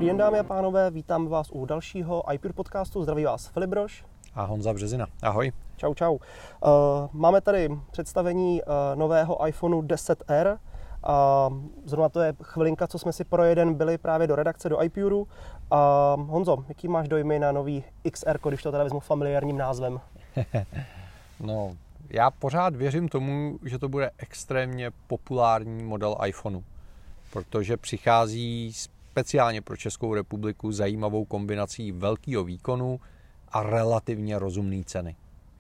Dobrý den, dámy a pánové, vítám vás u dalšího iPure podcastu. Zdraví vás Filip Brož a Honza Březina. Ahoj. Čau. Máme tady představení nového iPhoneu 10R. Zrovna to je chvilinka, co jsme si pro jeden byli právě do redakce, do iPureu. Honzo, jaký máš dojmy na nový XR, když to teda vezmu familiárním názvem? No, já pořád věřím tomu, že to bude extrémně populární model iPhoneu, protože přichází speciálně pro Českou republiku zajímavou kombinací velkého výkonu a relativně rozumné ceny.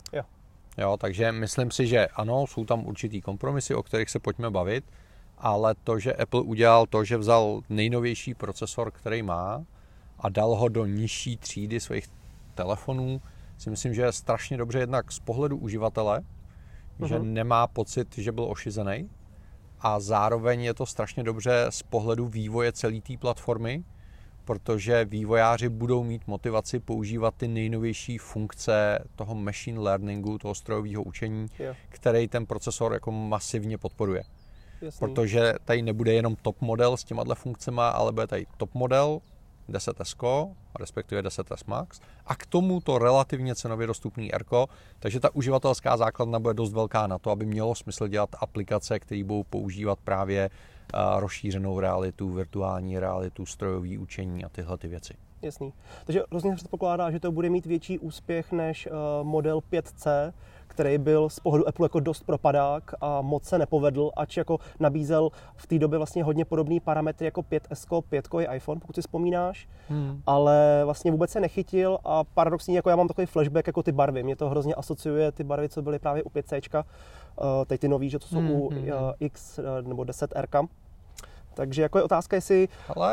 Jo, takže myslím si, že ano, jsou tam určitý kompromisy, o kterých se pojďme bavit, ale to, že Apple udělal to, že vzal nejnovější procesor, který má, a dal ho do nižší třídy svých telefonů, si myslím, že je strašně dobře jednak z pohledu uživatele, že nemá pocit, že byl ošizený, a zároveň je to strašně dobře z pohledu vývoje celé té platformy, protože vývojáři budou mít motivaci používat ty nejnovější funkce toho machine learningu, toho strojového učení, který ten procesor jako masivně podporuje. Jasný. Protože tady nebude jenom top model s těmahle funkcema, ale bude tady top model 10S, respektive 10S Max, a k tomu to relativně cenově dostupný R, takže ta uživatelská základna bude dost velká na to, aby mělo smysl dělat aplikace, které budou používat právě rozšířenou realitu, virtuální realitu, strojové učení a tyhle ty věci. Jasný. Takže hrozně předpokládá, že to bude mít větší úspěch než model 5C, který byl z pohledu Apple jako dost propadák a moc se nepovedl, ač jako nabízel v té době vlastně hodně podobný parametry jako 5S, 5 iPhone, pokud si vzpomínáš, ale vlastně vůbec se nechytil a paradoxně jako já mám takový flashback jako ty barvy. Mě to hrozně asociuje ty barvy, co byly právě u 5C, teď ty nový, že to jsou u X nebo 10R. Takže jako je otázka, jestli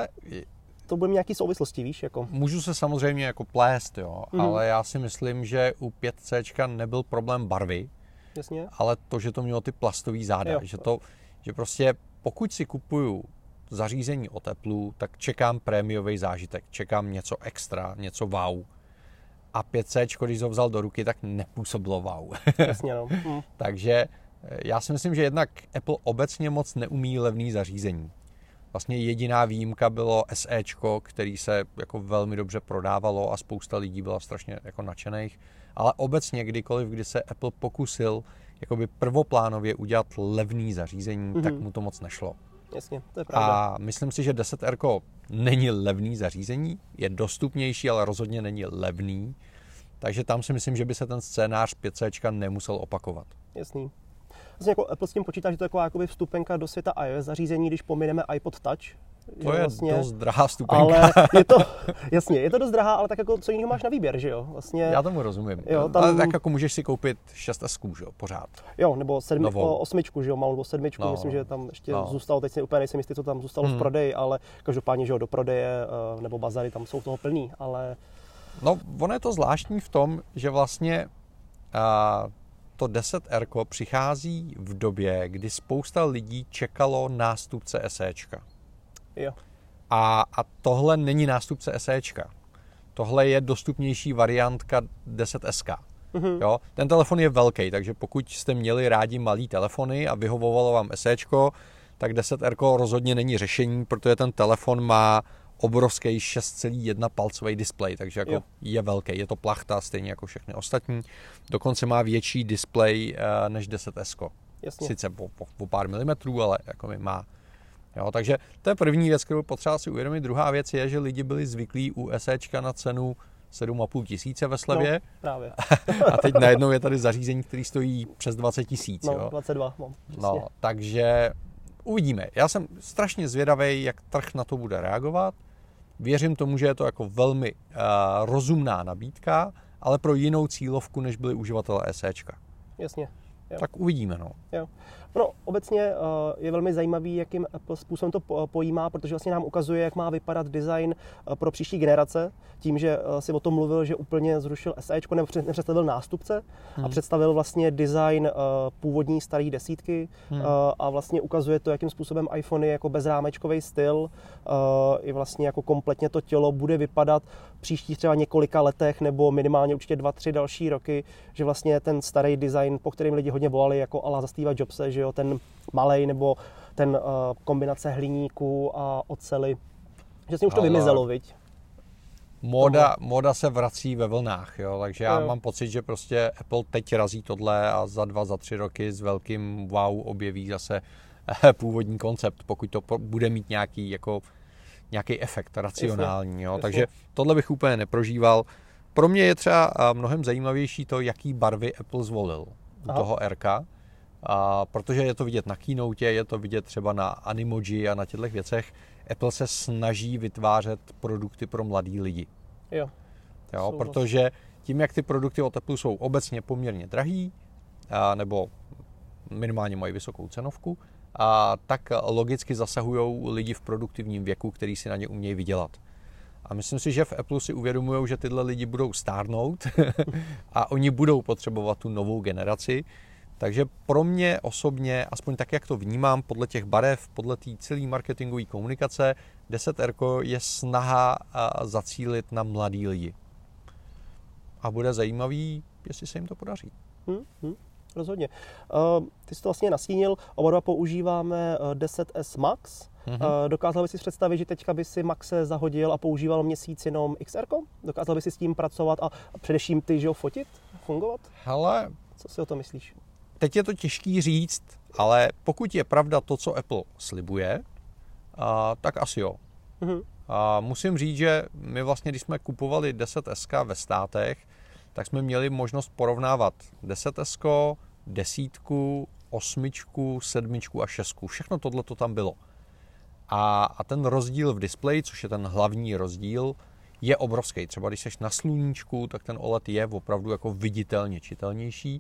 to bude mít nějaký souvislosti, víš? Jako. Můžu se samozřejmě jako plést, jo, ale já si myslím, že u 5C nebyl problém barvy, jasně, ale to, že to mělo ty plastový záda, že prostě pokud si kupuju zařízení od Apple, tak čekám prémiový zážitek, čekám něco extra, něco wow. A 5C, když ho vzal do ruky, tak nepůsobilo wow. Jasně, no. Takže já si myslím, že jednak Apple obecně moc neumí levný zařízení. Vlastně jediná výjimka bylo SEčko, který se jako velmi dobře prodávalo a spousta lidí byla strašně jako nadšených, ale obecně kdykoliv, kdy se Apple pokusil jakoby prvoplánově udělat levný zařízení, tak mu to moc nešlo. Jasně, to je pravda. A myslím si, že 10R není levný zařízení, je dostupnější, ale rozhodně není levný, takže tam si myslím, že by se ten scénář 5C nemusel opakovat. Jasný. Vlastně jako Apple s tím počítá, že to je taková jakoby vstupenka do světa iOS zařízení, když pomineme iPod Touch. To je vlastně dost drahá vstupenka. Ale je to dost drahá, ale tak jako co jiného máš na výběr, že jo? Vlastně, já tomu rozumím. Jo, ale tak jako můžeš si koupit 6S, že jo, pořád. Jo, nebo 8, že jo, malou nebo 7, myslím, že tam ještě zůstalo, teď si úplně nejsem jistý, co tam zůstalo v prodeji, ale každopádně, že jo, do prodeje nebo bazary tam jsou toho plný, ale... No, ono je to zvláštní v tom, že vlastně to 10R přichází v době, kdy spousta lidí čekalo nástupce SEčka. Jo. A tohle není nástupce SEčka. Tohle je dostupnější variantka 10S. Jo? Ten telefon je velký, takže pokud jste měli rádi malý telefony a vyhovovalo vám SEčko, tak 10R rozhodně není řešení, protože ten telefon má obrovský 6,1 palcový displej, takže jako je velký, je to plachta, stejně jako všechny ostatní. Dokonce má větší displej než 10S. Jasně. Sice o pár milimetrů, ale jako má. Jo, takže to je první věc, kterou potřeba si uvědomit. Druhá věc je, že lidi byli zvyklí u SEčka na cenu 7,5 tisíce ve slevě. No, právě. A teď najednou je tady zařízení, který stojí přes 20 tisíc. No, 22 mám. No, takže uvidíme. Já jsem strašně zvědavý, jak trh na to bude reagovat. Věřím tomu, že je to jako velmi rozumná nabídka, ale pro jinou cílovku, než byli uživatelé SEčka. Jasně. Jo. Tak uvidíme, no. Jo. No, obecně je velmi zajímavý, jakým způsobem to pojímá, protože vlastně nám ukazuje, jak má vypadat design pro příští generace, tím, že si o tom mluvil, že úplně zrušil SEčko, nebo nepředstavil nástupce a představil vlastně design původní staré desítky a vlastně ukazuje to, jakým způsobem iPhone je jako bezrámečkový styl, i vlastně jako kompletně to tělo bude vypadat v příštích třeba několika letech, nebo minimálně určitě 2-3 další roky, že vlastně ten starý design, po kterém lidi hodně volali, jako ala za Steva Jobse, že jo, ten malej nebo ten kombinace hliníku a oceli, Že si už to vymizelo, viď? Moda se vrací ve vlnách, jo, takže já mám pocit, že prostě Apple teď razí tohle a za 2, za 3 roky s velkým wow objeví zase původní koncept, pokud to bude mít nějaký efekt racionální, jo. Takže tohle bych úplně neprožíval. Pro mě je třeba mnohem zajímavější to, jaký barvy Apple zvolil u toho R-ka, protože je to vidět na keynote, je to vidět třeba na Animoji a na těchto věcech. Apple se snaží vytvářet produkty pro mladý lidi. Jo, protože tím, jak ty produkty od Apple jsou obecně poměrně drahý, nebo minimálně mají vysokou cenovku, tak logicky zasahují lidi v produktivním věku, který si na ně umějí vydělat. A myslím si, že v Apple si uvědomují, že tyhle lidi budou stárnout a oni budou potřebovat tu novou generaci. Takže pro mě osobně, aspoň tak, jak to vnímám, podle těch barev, podle té celé marketingové komunikace, 10R je snaha zacílit na mladý lidi. A bude zajímavý, jestli se jim to podaří. Rozhodně. Ty jsi to vlastně nastínil, oba dva používáme 10S Max. Dokázal by si představit, že teďka by si Maxe zahodil a používal měsíc jenom XR? Dokázal by si s tím pracovat a především ty, že ho fotit, fungovat? Hele, co si o to myslíš? Teď je to těžký říct, ale pokud je pravda to, co Apple slibuje, tak asi jo. A musím říct, že my vlastně, když jsme kupovali 10S ve státech, tak jsme měli možnost porovnávat 10S, 10, 8, 7 a 6. Všechno tohle to tam bylo. A ten rozdíl v displeji, což je ten hlavní rozdíl, je obrovský. Třeba když jsi na sluníčku, tak ten OLED je opravdu jako viditelně čitelnější.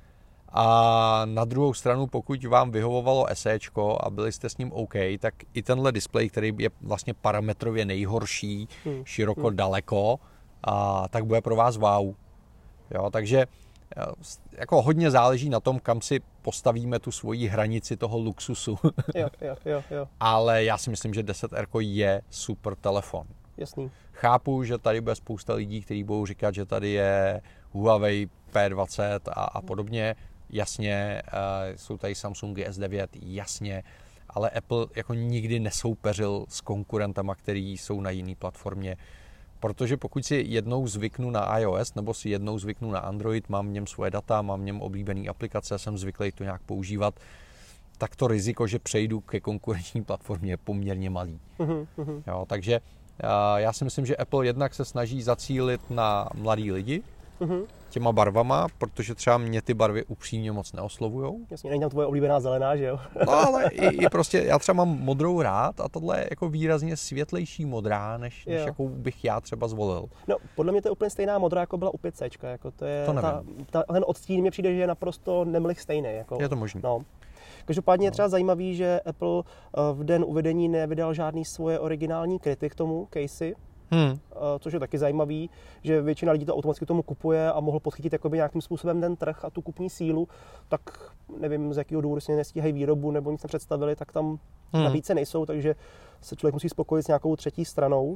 A na druhou stranu, pokud vám vyhovovalo SEčko a byli jste s ním OK, tak i tenhle displej, který je vlastně parametrově nejhorší, široko, daleko, tak bude pro vás wow. Jo, takže jako hodně záleží na tom, kam si postavíme tu svoji hranici toho luxusu. Jo. Ale já si myslím, že 10R je super telefon. Jasný. Chápu, že tady bude spousta lidí, kteří budou říkat, že tady je Huawei P20 a podobně. Jasně, jsou tady Samsungy S9, jasně, ale Apple jako nikdy nesoupeřil s konkurentama, který jsou na jiné platformě. Protože pokud si jednou zvyknu na iOS nebo si jednou zvyknu na Android, mám v něm svoje data, mám v něm oblíbené aplikace, jsem zvyklý to nějak používat, tak to riziko, že přejdu ke konkurenční platformě, je poměrně malý. Jo, takže já si myslím, že Apple jednak se snaží zacílit na mladý lidi těma barvama, protože třeba mě ty barvy upřímně moc neoslovujou. Jasně, není tam tvoje oblíbená zelená, že jo? No ale i prostě, já třeba mám modrou rád a tohle je jako výrazně světlejší modrá, než jakou bych já třeba zvolil. No, podle mě to je úplně stejná modrá, jako byla u 5C, jako to je, ten odstín mě přijde, že je naprosto nemlich stejný. Jako, je to možné. No. Každopádně je třeba zajímavý, že Apple v den uvedení nevydal žádný svoje originální kryty k tomu casey, což je taky zajímavý, že většina lidí to automaticky tomu kupuje a mohl podchytit jakoby nějakým způsobem ten trh a tu kupní sílu, tak nevím, z jakého důvodu si nestíhají výrobu nebo nic nepředstavili, tak tam nabídce nejsou, takže se člověk musí spokojit s nějakou třetí stranou.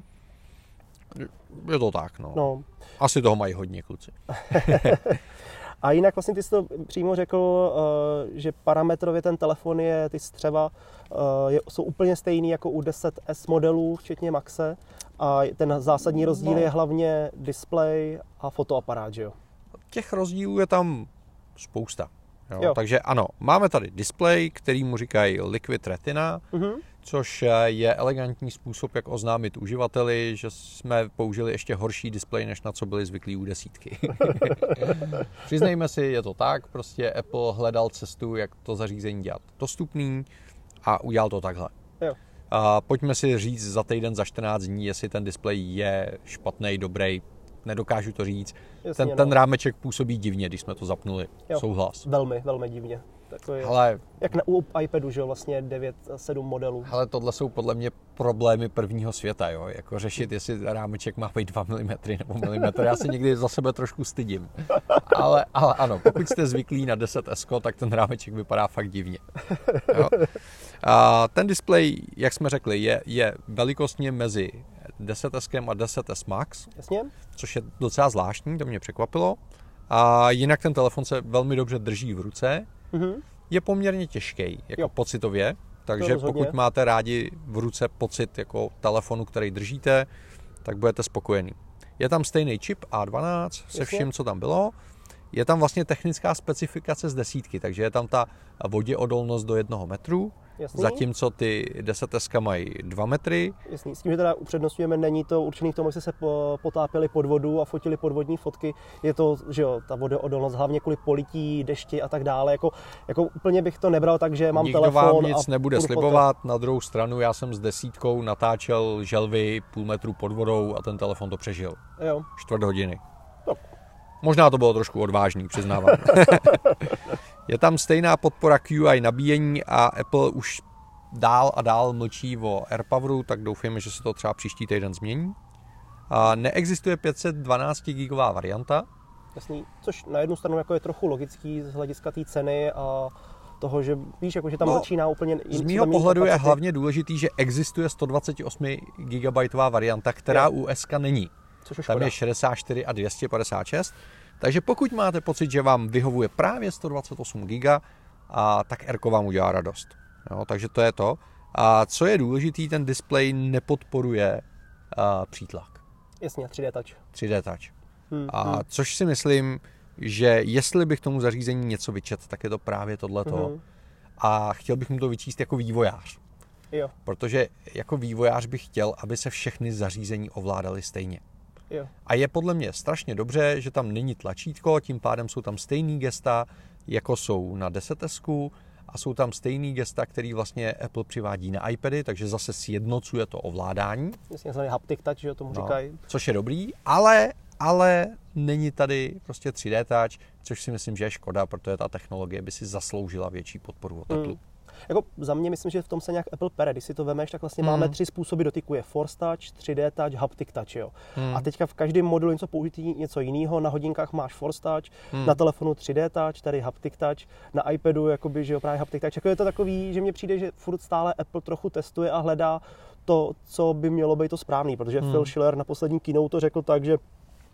Je to tak, no. Asi toho mají hodně kluci. A jinak vlastně ty jsi to přímo řekl, že parametrově ten telefon je, ty střeva jsou úplně stejný jako u 10S modelů, včetně Maxe. A ten zásadní rozdíl je hlavně displej a fotoaparát, že jo? Těch rozdílů je tam spousta. Jo? Takže ano, máme tady displej, který mu říkají Liquid Retina, což je elegantní způsob, jak oznámit uživateli, že jsme použili ještě horší displej, než na co byli zvyklí u 10. Přiznejme si, je to tak, prostě Apple hledal cestu, jak to zařízení dělat dostupný a udělal to takhle. A pojďme si říct za týden, za 14 dní, jestli ten displej je špatný, dobrý. Nedokážu to říct. Jasně, ten rámeček působí divně, když jsme to zapnuli. Souhlas. Velmi, velmi divně. Takový, jak u iPadu, že jo, vlastně 9-7 modelů. Ale tohle jsou podle mě problémy prvního světa, jo. Jako řešit, jestli rámeček má být 2 mm nebo milimetr. Já se někdy za sebe trošku stydím. Ale ano, pokud jste zvyklí na 10S, tak ten rámeček vypadá fakt divně. Jo? A ten displej, jak jsme řekli, je velikostně mezi 10S a 10S Max, jasně, což je docela zvláštní, to mě překvapilo. A jinak ten telefon se velmi dobře drží v ruce. Je poměrně těžký, jako pocitově. takže pokud máte rádi v ruce pocit jako telefonu, který držíte, tak budete spokojení. Je tam stejný čip A12 se vším, co tam bylo. Je tam vlastně technická specifikace z 10, takže je tam ta voděodolnost do 1 metru, zatímco ty 10S mají 2 metry. Jasný. S tím, že teda upřednostňujeme, není to určený k tomu, aby se potápěli pod vodu a fotili podvodní fotky. Je to, že jo, ta voděodolnost hlavně kvůli polití, dešti a tak dále. Jako úplně bych to nebral tak, že mám Nikdo telefon vám nic nebude slibovat. Na druhou stranu já jsem s 10 natáčel želvy půl metru pod vodou a ten telefon to přežil. Jo. 4 hodiny. No. Možná to bylo trošku odvážný, přiznávám. Je tam stejná podpora QI nabíjení a Apple už dál a dál mlčí o AirPoweru, tak doufujeme, že se to třeba příští týden změní. A neexistuje 512 GB varianta. Jasný, což na jednu stranu jako je trochu logický z hlediska té ceny a toho, že víš, jako, že tam začíná úplně z mýho pohledu je hlavně důležitý, že existuje 128 GB varianta, která u SK není. Tam je 64 a 256. Takže pokud máte pocit, že vám vyhovuje právě 128 GB, tak Airko vám udělá radost. Jo, takže to je to. A co je důležitý, ten displej nepodporuje přítlak. Jasně, 3D Touch. 3D Touch. Což si myslím, že jestli bych tomu zařízení něco vyčet, tak je to právě tohleto. A chtěl bych mu to vyčíst jako vývojář. Jo. Protože jako vývojář bych chtěl, aby se všechny zařízení ovládaly stejně. Jo. A je podle mě strašně dobře, že tam není tlačítko, tím pádem jsou tam stejný gesta, jako jsou na 10S, a jsou tam stejný gesta, který vlastně Apple přivádí na iPady, takže zase sjednocuje to ovládání. Jasně, haptic touch, že tomu říkají. Což je dobrý, ale není tady prostě 3D touch, což si myslím, že je škoda, protože ta technologie by si zasloužila větší podporu od Apple. Jako za mě myslím, že v tom se nějak Apple pere. Když si to vemeš, tak vlastně máme 3 způsoby dotyku. Je Force Touch, 3D Touch, Haptic Touch. Jo. A teďka v každém modulu něco použitý něco jiného. Na hodinkách máš Force Touch, na telefonu 3D Touch, tady Haptic Touch, na iPadu jakoby, že jo, právě Haptic Touch. Jako je to takový, že mně přijde, že furt stále Apple trochu testuje a hledá to, co by mělo být to správný, protože Phil Schiller na poslední keynote to řekl tak, že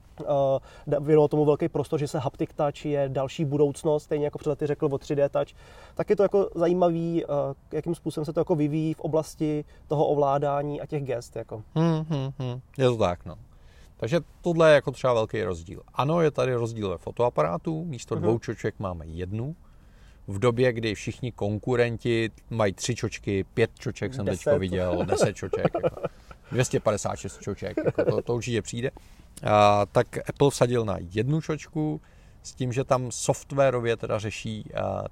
věnoval tomu velký prostor, že se Haptic Touch je další budoucnost, stejně jako před lety řekl o 3D Touch. Tak je to jako zajímavý, jakým způsobem se to jako vyvíjí v oblasti toho ovládání a těch gest. Jako. Je to tak, no. Takže tohle je jako třeba velký rozdíl. Ano, je tady rozdíl ve fotoaparátu, místo 2 čoček máme 1. V době, kdy všichni konkurenti mají 3 čočky, 5 čoček jsem teďko viděl, 10 čoček, jako 256 čoček, jako to určitě přijde. Tak Apple vsadil na 1 čočku s tím, že tam softwarově teda řeší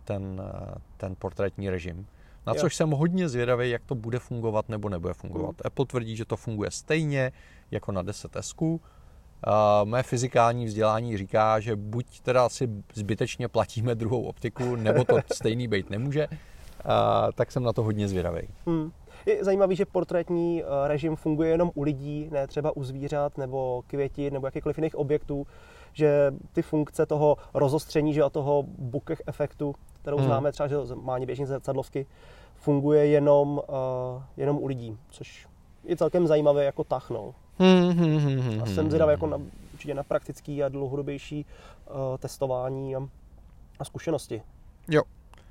ten portrétní režim. Na což jsem hodně zvědavý, jak to bude fungovat nebo nebude fungovat. Apple tvrdí, že to funguje stejně jako na 10S. Mé fyzikální vzdělání říká, že buď teda si zbytečně platíme druhou optiku, nebo to stejný být nemůže, tak jsem na to hodně zvědavý. Je zajímavý, že portrétní režim funguje jenom u lidí, ne třeba u zvířat nebo květin nebo jakýchkoliv jiných objektů, že ty funkce toho rozostření, že a toho bokeh efektu, kterou známe třeba, že má běžně zrcadlovky, funguje jenom u lidí, což je celkem zajímavé jako tah, no. A jsem zvědavý jako určitě na praktický a dlouhodobější testování a zkušenosti. Jo.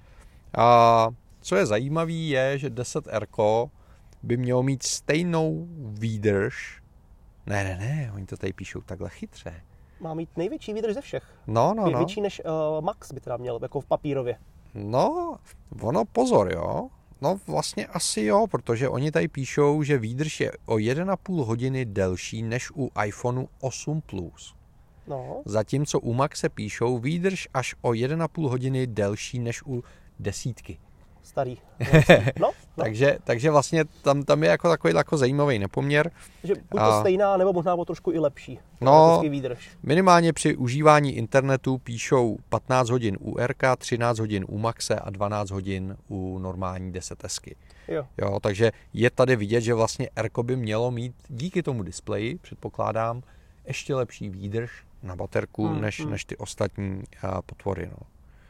A co je zajímavý je, že 10R by mělo mít stejnou výdrž. Ne, oni to tady píšou takhle chytře. Má mít největší výdrž ze všech. No. Větší než Max by teda měl, jako v papírově. No, ono pozor, jo. No vlastně asi jo, protože oni tady píšou, že výdrž je o 1,5 hodiny delší než u iPhoneu 8 Plus. No. Zatímco u Maxe píšou výdrž až o 1,5 hodiny delší než u 10. Starý. No. takže vlastně tam je jako takový jako zajímavý nepoměr. Že buď to stejná, nebo možná o trošku i lepší. No, výdrž. Minimálně při užívání internetu píšou 15 hodin u RK, 13 hodin u Maxe a 12 hodin u normální 10S. Jo, takže je tady vidět, že vlastně RK by mělo mít díky tomu displeji, předpokládám, ještě lepší výdrž na baterku než ty ostatní potvory. No.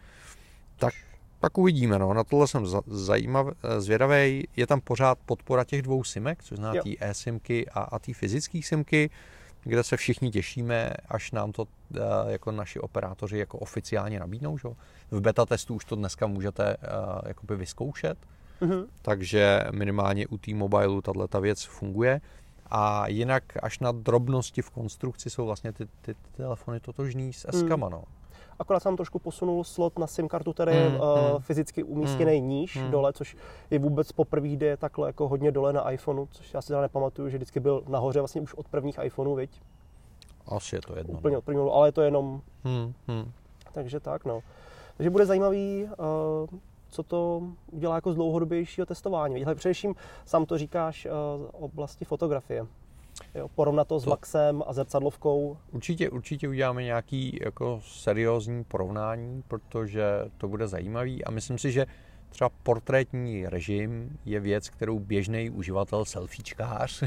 Tak uvidíme, no. Na tohle jsem zvědavej. Je tam pořád podpora těch 2 simek, což znamená té e-simky a té fyzické simky, kde se všichni těšíme, až nám to jako naši operátoři jako oficiálně nabídnou. Že? V beta testu už to dneska můžete jakoby vyzkoušet. takže minimálně u T-Mobileu tato věc funguje. A jinak až na drobnosti v konstrukci jsou vlastně ty telefony totožný s S-kama, no. Akorát jsem trošku posunul slot na SIM kartu, který je fyzicky umístěný níž dole, což je vůbec poprvé, jde takhle jako hodně dole na iPhoneu, což já si teda nepamatuju, že vždycky byl nahoře vlastně už od prvních iPhoneů, viď? Asi je to jedno. Úplně od prvního, ale je to jenom... Takže tak, no. Takže bude zajímavý, co to udělá jako z dlouhodobějšího testování. Především sám to říkáš oblasti fotografie. Jo, porovnat to s Maxem a zrcadlovkou. Určitě uděláme nějaký jako seriózní porovnání, protože to bude zajímavý a myslím si, že třeba portrétní režim je věc, kterou běžný uživatel selfiečkář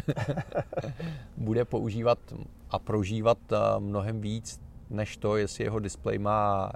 bude používat a prožívat mnohem víc, než to, jestli jeho displej má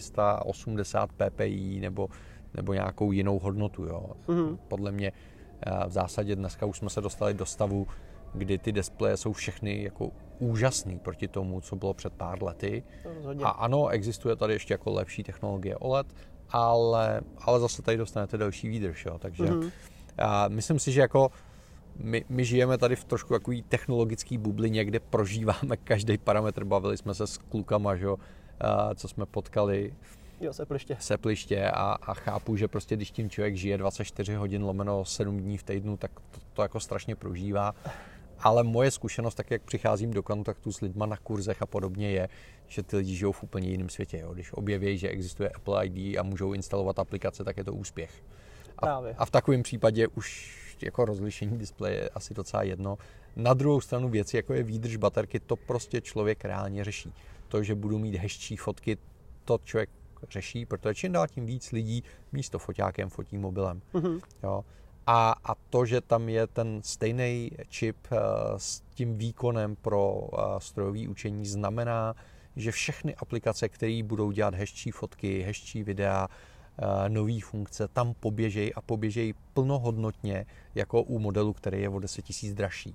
480 ppi nebo nějakou jinou hodnotu. Jo. Podle mě v zásadě dneska už jsme se dostali do stavu, kdy ty displeje jsou všechny jako úžasný proti tomu, co bylo před pár lety. A ano, existuje tady ještě jako lepší technologie OLED, ale zase tady dostanete další výdrž. Jo. Takže myslím si, že jako my žijeme tady v trošku takový technologický bublině, kde prožíváme každý parametr. Bavili jsme se s klukama, že, co jsme potkali. Jo, sepliště a chápu, že prostě když tím člověk žije 24 hodin lomeno 7 dní v týdnu, tak to jako strašně prožívá. Ale moje zkušenost, tak jak přicházím do kontaktu s lidma na kurzech a podobně, je, že ty lidi žijou v úplně jiném světě. Jo. Když objeví, že existuje Apple ID a můžou instalovat aplikace, tak je to úspěch. A v takovém případě už jako rozlišení displeje je asi docela jedno. Na druhou stranu věci, jako je výdrž baterky, to prostě člověk reálně řeší. To, že budu mít hezčí fotky, to člověk řeší, protože čím dál tím víc lidí místo foťákem fotí mobilem. Jo. A to, že tam je ten stejný čip s tím výkonem pro strojové učení, znamená, že všechny aplikace, které budou dělat hezčí fotky, hezčí videa, nové funkce, tam poběžejí plnohodnotně, jako u modelu, který je o 10 000 dražší.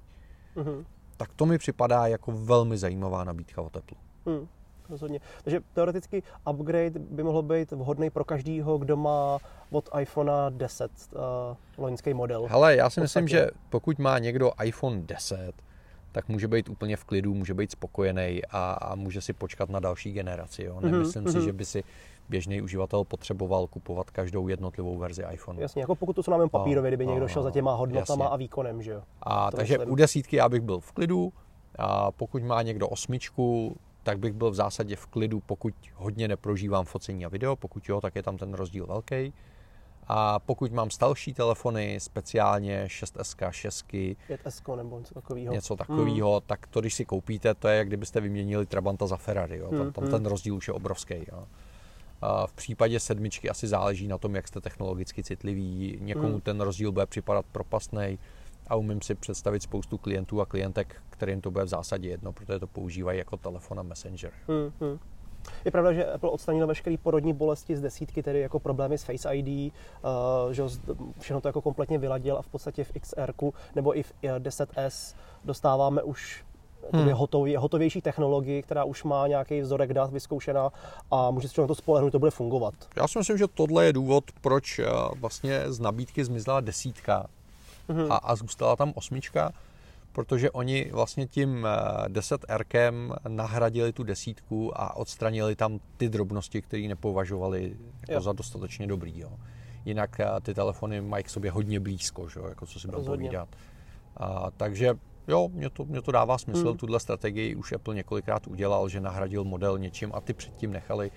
Tak to mi připadá jako velmi zajímavá nabídka od Apple. Rozhodně. Takže teoreticky upgrade by mohl být vhodný pro každýho, kdo má od iPhone 10 loňský model. Hele, já si myslím, že pokud má někdo iPhone 10, tak může být úplně v klidu, může být spokojený a může si počkat na další generaci. Jo? Nemyslím si, že by si běžný uživatel potřeboval kupovat každou jednotlivou verzi iPhoneu. Jasně, jako pokud to jsou nám papírově, kdyby někdo šel za těma hodnotama a výkonem, že jo. Takže u 10 já bych byl v klidu, a pokud má někdo 8, tak bych byl v zásadě v klidu, pokud hodně neprožívám focení a video, pokud jo, tak je tam ten rozdíl velký. A pokud mám starší telefony, speciálně 6S, 6, 5S nebo něco takového, tak to, když si koupíte, to je, jak kdybyste vyměnili Trabanta za Ferrari. Jo. Tam ten rozdíl už je obrovský. Jo. A v případě 7 asi záleží na tom, jak jste technologicky citliví. Někomu ten rozdíl bude připadat propastný a umím si představit spoustu klientů a klientek, kterým to bude v zásadě jedno, protože to používají jako telefon a messenger. Je pravda, že Apple odstranil veškeré porodní bolesti z 10, tedy jako problémy s Face ID, že všechno to jako kompletně vyladil a v podstatě v XR nebo i v 10S dostáváme už hotovější technologii, která už má nějaký vzorek dat vyzkoušená a může se na to spolehnout, to bude fungovat. Já si myslím, že tohle je důvod, proč vlastně z nabídky zmizela 10 a zůstala tam 8, protože oni vlastně tím 10R nahradili tu 10 a odstranili tam ty drobnosti, které nepovažovali jako za dostatečně dobrý. Jo. Jinak ty telefony mají k sobě hodně blízko, že? Jako co si budeme povídat. Takže jo, mě to dává smysl. Tuhle strategii už Apple několikrát udělal, že nahradil model něčím a ty předtím nechali.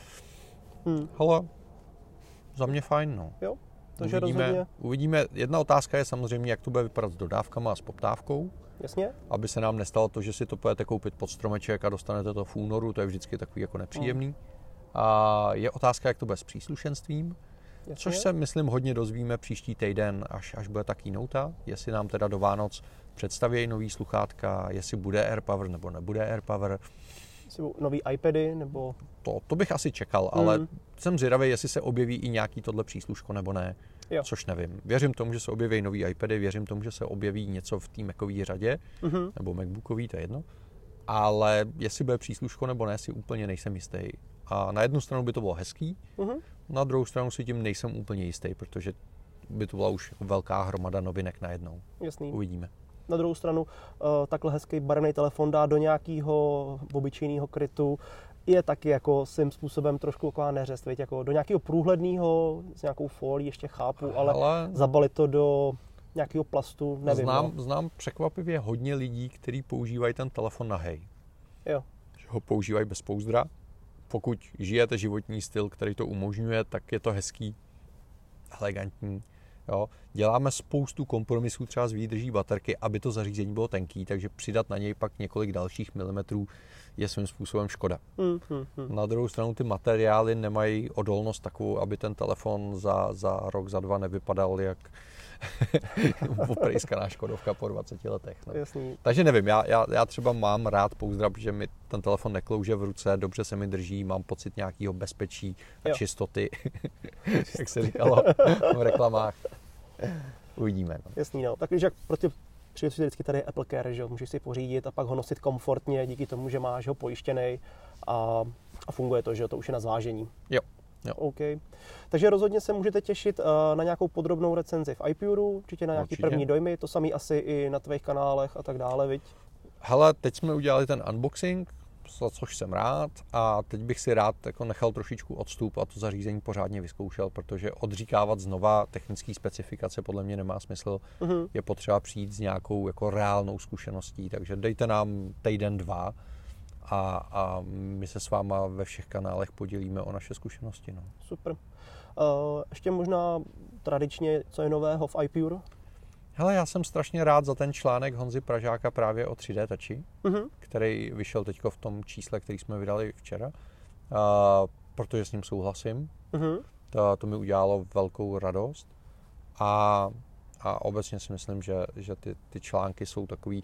Hele, za mě fajn, no. Jo. Uvidíme. Jedna otázka je samozřejmě, jak to bude vypadat s dodávkama a s poptávkou. Jasně. Aby se nám nestalo to, že si to půjdete koupit pod stromeček a dostanete to v únoru, to je vždycky takový jako nepříjemný. A je otázka, jak to bude s příslušenstvím, což se, myslím, hodně dozvíme příští týden, až bude ta keynote, jestli nám teda do Vánoc představí nový sluchátka, jestli bude AirPower nebo nebude AirPower. Nový iPady nebo... To bych asi čekal, ale jsem zvědavý, jestli se objeví i nějaký tohle přísluško nebo ne, což nevím. Věřím tomu, že se objeví nový iPady, věřím tomu, že se objeví něco v té Macové řadě, nebo MacBookový, to je jedno, ale jestli bude přísluško nebo ne, si úplně nejsem jistý. A na jednu stranu by to bylo hezký, na druhou stranu si tím nejsem úplně jistý, protože by to byla už velká hromada novinek najednou. Jasný. Uvidíme. Na druhou stranu, takhle hezký barevný telefon dá do nějakého obyčejného krytu, je taky jako svým způsobem trošku taková neřest, viď? Jako do nějakého průhledného, s nějakou folií ještě chápu, ale zabalit to do nějakého plastu, nevím. Znám překvapivě hodně lidí, kteří používají ten telefon nahej. Jo. Že ho používají bez pouzdra. Pokud žijete životní styl, který to umožňuje, tak je to hezký, elegantní. Jo. Děláme spoustu kompromisů třeba s výdrží baterky, aby to zařízení bylo tenký, takže přidat na něj pak několik dalších milimetrů je svým způsobem škoda. Na druhou stranu ty materiály nemají odolnost takovou, aby ten telefon za rok, za 2 nevypadal jak oprejskaná Škodovka po 20 letech. No. Jasný. Takže nevím, já třeba mám rád pouzdra, protože mi ten telefon neklouže v ruce, dobře se mi drží, mám pocit nějakého bezpečí a čistoty, jak se říkalo v reklamách. Uvidíme. No. Jasný, no. Takže jak prostě přijde vždycky tady Apple Care, že můžeš si pořídit a pak ho nosit komfortně díky tomu, že máš ho pojištěnej a funguje to, že to už je na zvážení. Jo. OK. Takže rozhodně se můžete těšit na nějakou podrobnou recenzi v iPuru, určitě na nějaký první dojmy, to samý asi i na tvých kanálech a tak dále, viď? Hele, teď jsme udělali ten unboxing, za což jsem rád, a teď bych si rád jako nechal trošičku odstup a to zařízení pořádně vyzkoušel, protože odříkávat znova technické specifikace podle mě nemá smysl. Je potřeba přijít s nějakou jako reálnou zkušeností, takže dejte nám týden, 2 a my se s váma ve všech kanálech podělíme o naše zkušenosti. No. Super. Ještě možná tradičně, co je nového v iPure? Hele, já jsem strašně rád za ten článek Honzy Pražáka právě o 3D touchi, který vyšel teďko v tom čísle, který jsme vydali včera, protože s ním souhlasím. To mi udělalo velkou radost a obecně si myslím, že ty články jsou takový.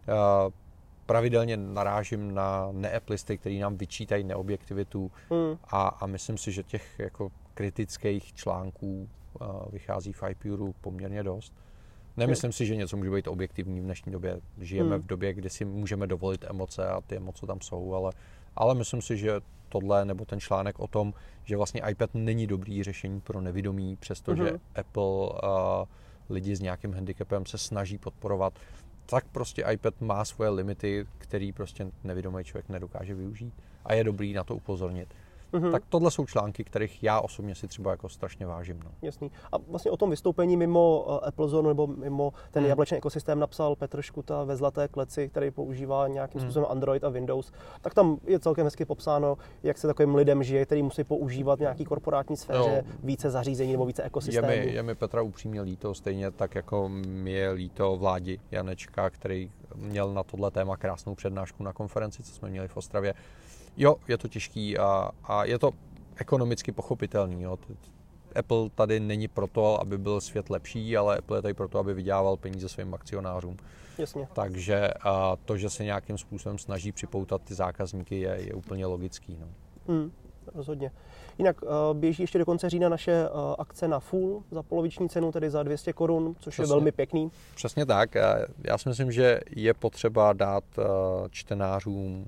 Pravidelně narážím na neaplisty, který nám vyčítají neobjektivitu a myslím si, že těch jako kritických článků vychází v iPuru poměrně dost. Nemyslím si, že něco může být objektivní v dnešní době. Žijeme v době, kdy si můžeme dovolit emoce a ty emoce tam jsou, ale myslím si, že tohle nebo ten článek o tom, že vlastně iPad není dobrý řešení pro nevidomí, přestože Apple lidi s nějakým handicapem se snaží podporovat, tak prostě iPad má svoje limity, který prostě nevidomý člověk nedokáže využít a je dobrý na to upozornit. Tak tohle jsou články, kterých já osobně si třeba jako strašně vážím. No. Jasný. A vlastně o tom vystoupení mimo Apple Zone nebo mimo ten jablečný ekosystém napsal Petr Škuta ve Zlaté kleci, který používá nějakým způsobem Android a Windows. Tak tam je celkem hezky popsáno, jak se takovým lidem žije, který musí používat v nějaký korporátní sféře více zařízení nebo více ekosystémů. Je mi Petra upřímně líto, stejně tak jako mi je líto Vládi Janečka, který měl na tohle téma krásnou přednášku na konferenci, co jsme měli v Ostravě. Jo, je to těžký a je to ekonomicky pochopitelný. Jo. Apple tady není proto, aby byl svět lepší, ale Apple je tady proto, aby vydělával peníze svým akcionářům. Jasně. Takže to, že se nějakým způsobem snaží připoutat ty zákazníky, je úplně logický. No. Rozhodně. Jinak běží ještě do konce října naše akce na full za poloviční cenu, tedy za 200 korun, což Přesně. je velmi pěkný. Přesně tak. Já si myslím, že je potřeba dát čtenářům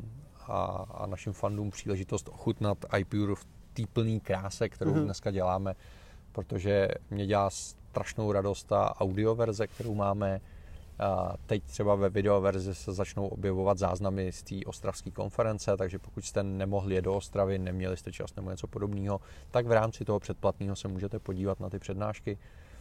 a našim fandům příležitost ochutnat iPure v té plné kráse, kterou dneska děláme, protože mě dělá strašnou radost ta audioverze, kterou máme. Teď třeba ve videoverzi se začnou objevovat záznamy z té ostravské konference, takže pokud jste nemohli jet do Ostravy, neměli jste čas nebo něco podobného, tak v rámci toho předplatného se můžete podívat na ty přednášky.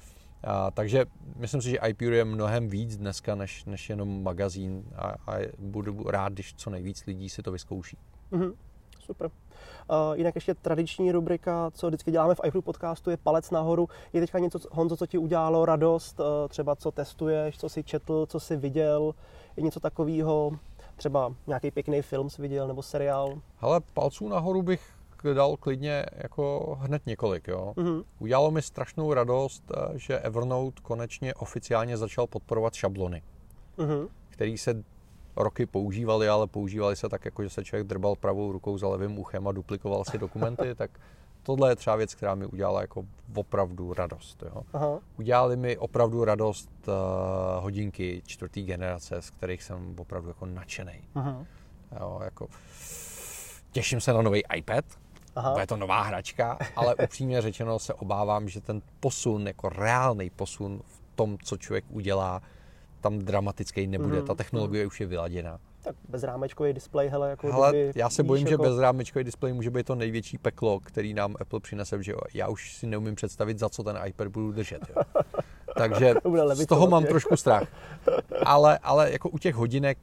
Takže myslím si, že iPure je mnohem víc dneska než jenom magazín a budu rád, když co nejvíc lidí si to vyzkouší. Super. Jinak ještě tradiční rubrika, co vždycky děláme v iPure podcastu, je palec nahoru. Je teďka něco, Honzo, co ti udělalo radost, třeba co testuješ, co jsi četl, co jsi viděl, je něco takového, třeba nějaký pěkný film jsi viděl nebo seriál? Hele, palců nahoru bych dal klidně jako hned několik. Jo. Udělalo mi strašnou radost, že Evernote konečně oficiálně začal podporovat šablony, který se roky používali, ale používali se tak, jako že se člověk drbal pravou rukou za levým uchem a duplikoval si dokumenty, tak tohle je třeba věc, která mi udělala jako opravdu radost. Jo. Udělali mi opravdu radost hodinky 4. generace, z kterých jsem opravdu jako nadšenej. Jo, jako těším se na nový iPad. bude to nová hračka, ale upřímně řečeno se obávám, že ten posun, jako reálný posun v tom, co člověk udělá, tam dramatický nebude. Ta technologie už je vyladěná. Tak bezrámečkový displej, hele, jako hele, kdyby, já se bojím, jako... že bezrámečkový displej může být to největší peklo, který nám Apple přinese, že já už si neumím představit, za co ten iPad budu držet. Jo. Takže z toho mám trošku strach. Ale jako u těch hodinek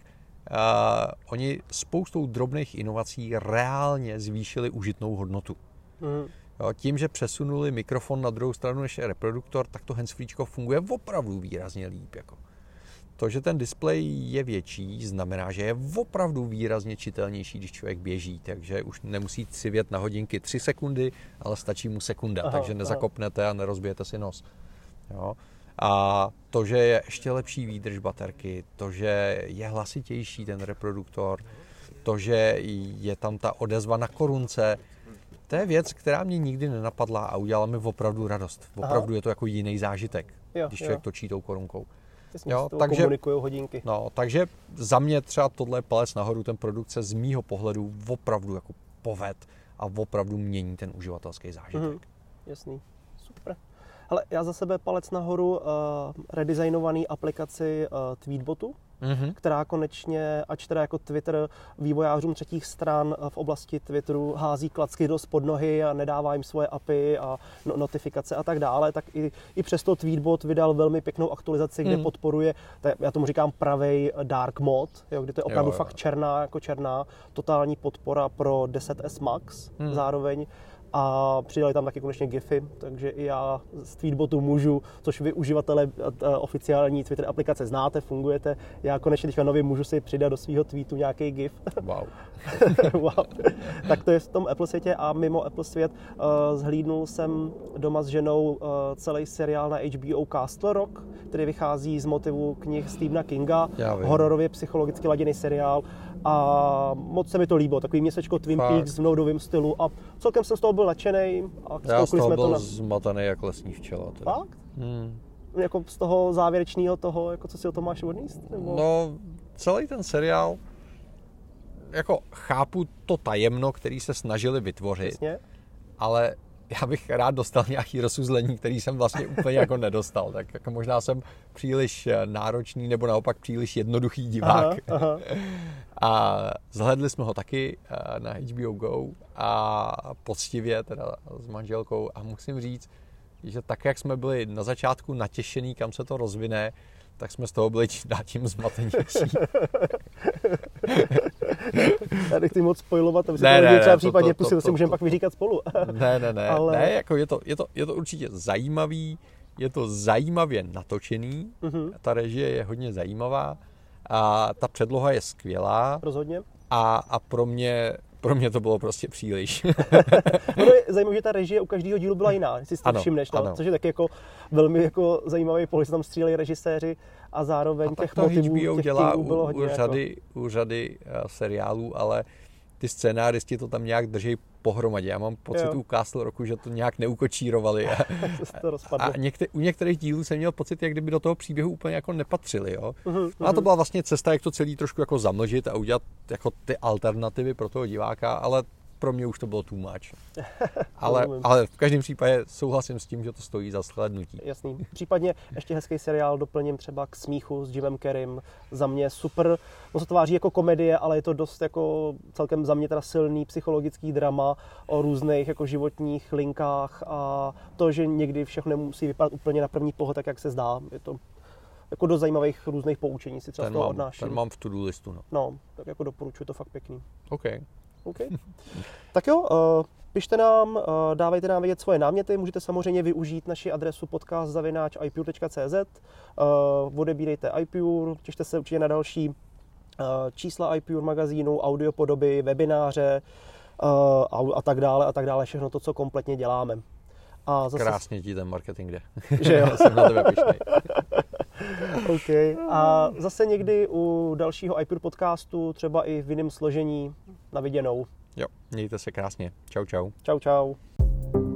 oni spoustou drobných inovací reálně zvýšili užitnou hodnotu. Jo, tím, že přesunuli mikrofon na druhou stranu než je reproduktor, tak to handsfreečko funguje opravdu výrazně líp. Jako. To, že ten displej je větší, znamená, že je opravdu výrazně čitelnější, když člověk běží, takže už nemusí civět na hodinky 3 sekundy, ale stačí mu sekunda, takže nezakopnete a nerozbijete si nos. Jo. A to, že je ještě lepší výdrž baterky, to, že je hlasitější ten reproduktor, to, že je tam ta odezva na korunce, to je věc, která mě nikdy nenapadla a udělala mi opravdu radost. Opravdu je to jako jiný zážitek, když člověk točí tou korunkou. Jo, takže komunikujou hodinky. No, takže za mě třeba tohle je palec nahoru, ten produkt se z mýho pohledu opravdu jako poved a opravdu mění ten uživatelský zážitek. Jasný, super. Hele, já za sebe palec nahoru redesignovaný aplikaci Tweetbotu, která konečně, ač teda jako Twitter vývojářům třetích stran v oblasti Twitteru hází klacky dost pod nohy a nedává jim svoje API a notifikace a tak dále, tak i přesto Tweetbot vydal velmi pěknou aktualizaci, kde podporuje, já tomu říkám pravej dark mode, jo, kdy to je opravdu fakt černá, totální podpora pro 10S Max zároveň. A přidali tam taky konečně GIFy, takže i já z Tweetbotu můžu, což vy uživatelé oficiální Twitter aplikace znáte, fungujete, já konečně teďka nově můžu si přidat do svého tweetu nějaký GIF. Wow. Wow. Tak to je v tom Apple světě a mimo Apple svět zhlídnul jsem doma s ženou celý seriál na HBO Castle Rock, který vychází z motivu knih Stephena Kinga, hororově psychologicky laděný seriál. A moc se mi to líbilo, takový městečko Twin Peaks v noudovém stylu a celkem jsem z toho byl nadšenej. Já z toho byl zmatený jak lesní včela. Fakt? Jako z toho závěrečného toho, jako co si o tom máš odníst? Nebo... No, celý ten seriál, jako chápu to tajemno, který se snažili vytvořit, Jasně. ale já bych rád dostal nějaký rozuzlení, který jsem vlastně úplně jako nedostal. Tak jako možná jsem příliš náročný nebo naopak příliš jednoduchý divák. Aha. A zhlédli jsme ho taky na HBO Go a poctivě teda s manželkou a musím říct, že tak, jak jsme byli na začátku natěšený, kam se to rozvine, tak jsme z toho byli tím zmatenější. Já nechci moc spoilovat, aby se to lidi třeba případně pustil, si můžeme pak vyříkat spolu. Ne, ale... ne, jako je to určitě zajímavý, je to zajímavě natočený, ta režie je hodně zajímavá a ta předloha je skvělá. Rozhodně. A pro mě to bylo prostě příliš. No je zajímavé, že ta režie u každého dílu byla jiná, jestli si to všimneš, no? Což je taky jako velmi jako zajímavý pohled, že tam stříleli režiséři a zároveň a těch motivů, HBO těch dělá bylo hodně. U řady seriálů, ale ty scénáristi to tam nějak drží pohromadě. Já mám pocit u Castle Rocku, že to nějak neukočírovali. A u některých dílů jsem měl pocit, jak kdyby do toho příběhu úplně jako nepatřili. Jo? A to byla vlastně cesta, jak to celý trošku jako zamlžit a udělat jako ty alternativy pro toho diváka, ale pro mě už to bylo too much. Ale v každém případě souhlasím s tím, že to stojí za shlédnutí. Jasný. Případně ještě hezký seriál doplním třeba K smíchu s Jimem Carreym. Za mě super. On se tváří jako komedie, ale je to dost jako celkem za mě teda silný psychologický drama o různých jako životních linkách a to, že někdy všechno nemusí vypadat úplně na první pohled, tak jak se zdá. Je to jako do zajímavých různých poučení si třeba z toho odnáším. Ten mám v to-do listu. No, tak jako doporučuji, to fakt pěkný. OK. Tak jo, pište nám, dávejte nám vědět svoje náměty, můžete samozřejmě využít naši adresu podcast@ipure.cz, odebírejte iPure, těšte se určitě na další čísla iPure magazínu, audiopodoby, webináře a tak dále, všechno to, co kompletně děláme. A zase... Krásně ti ten marketing jde. Že jo? Jsem na tebe pyšnej. OK. A zase někdy u dalšího iPure podcastu, třeba i v jiném složení, na viděnou. Jo, mějte se krásně. Čau. Čau.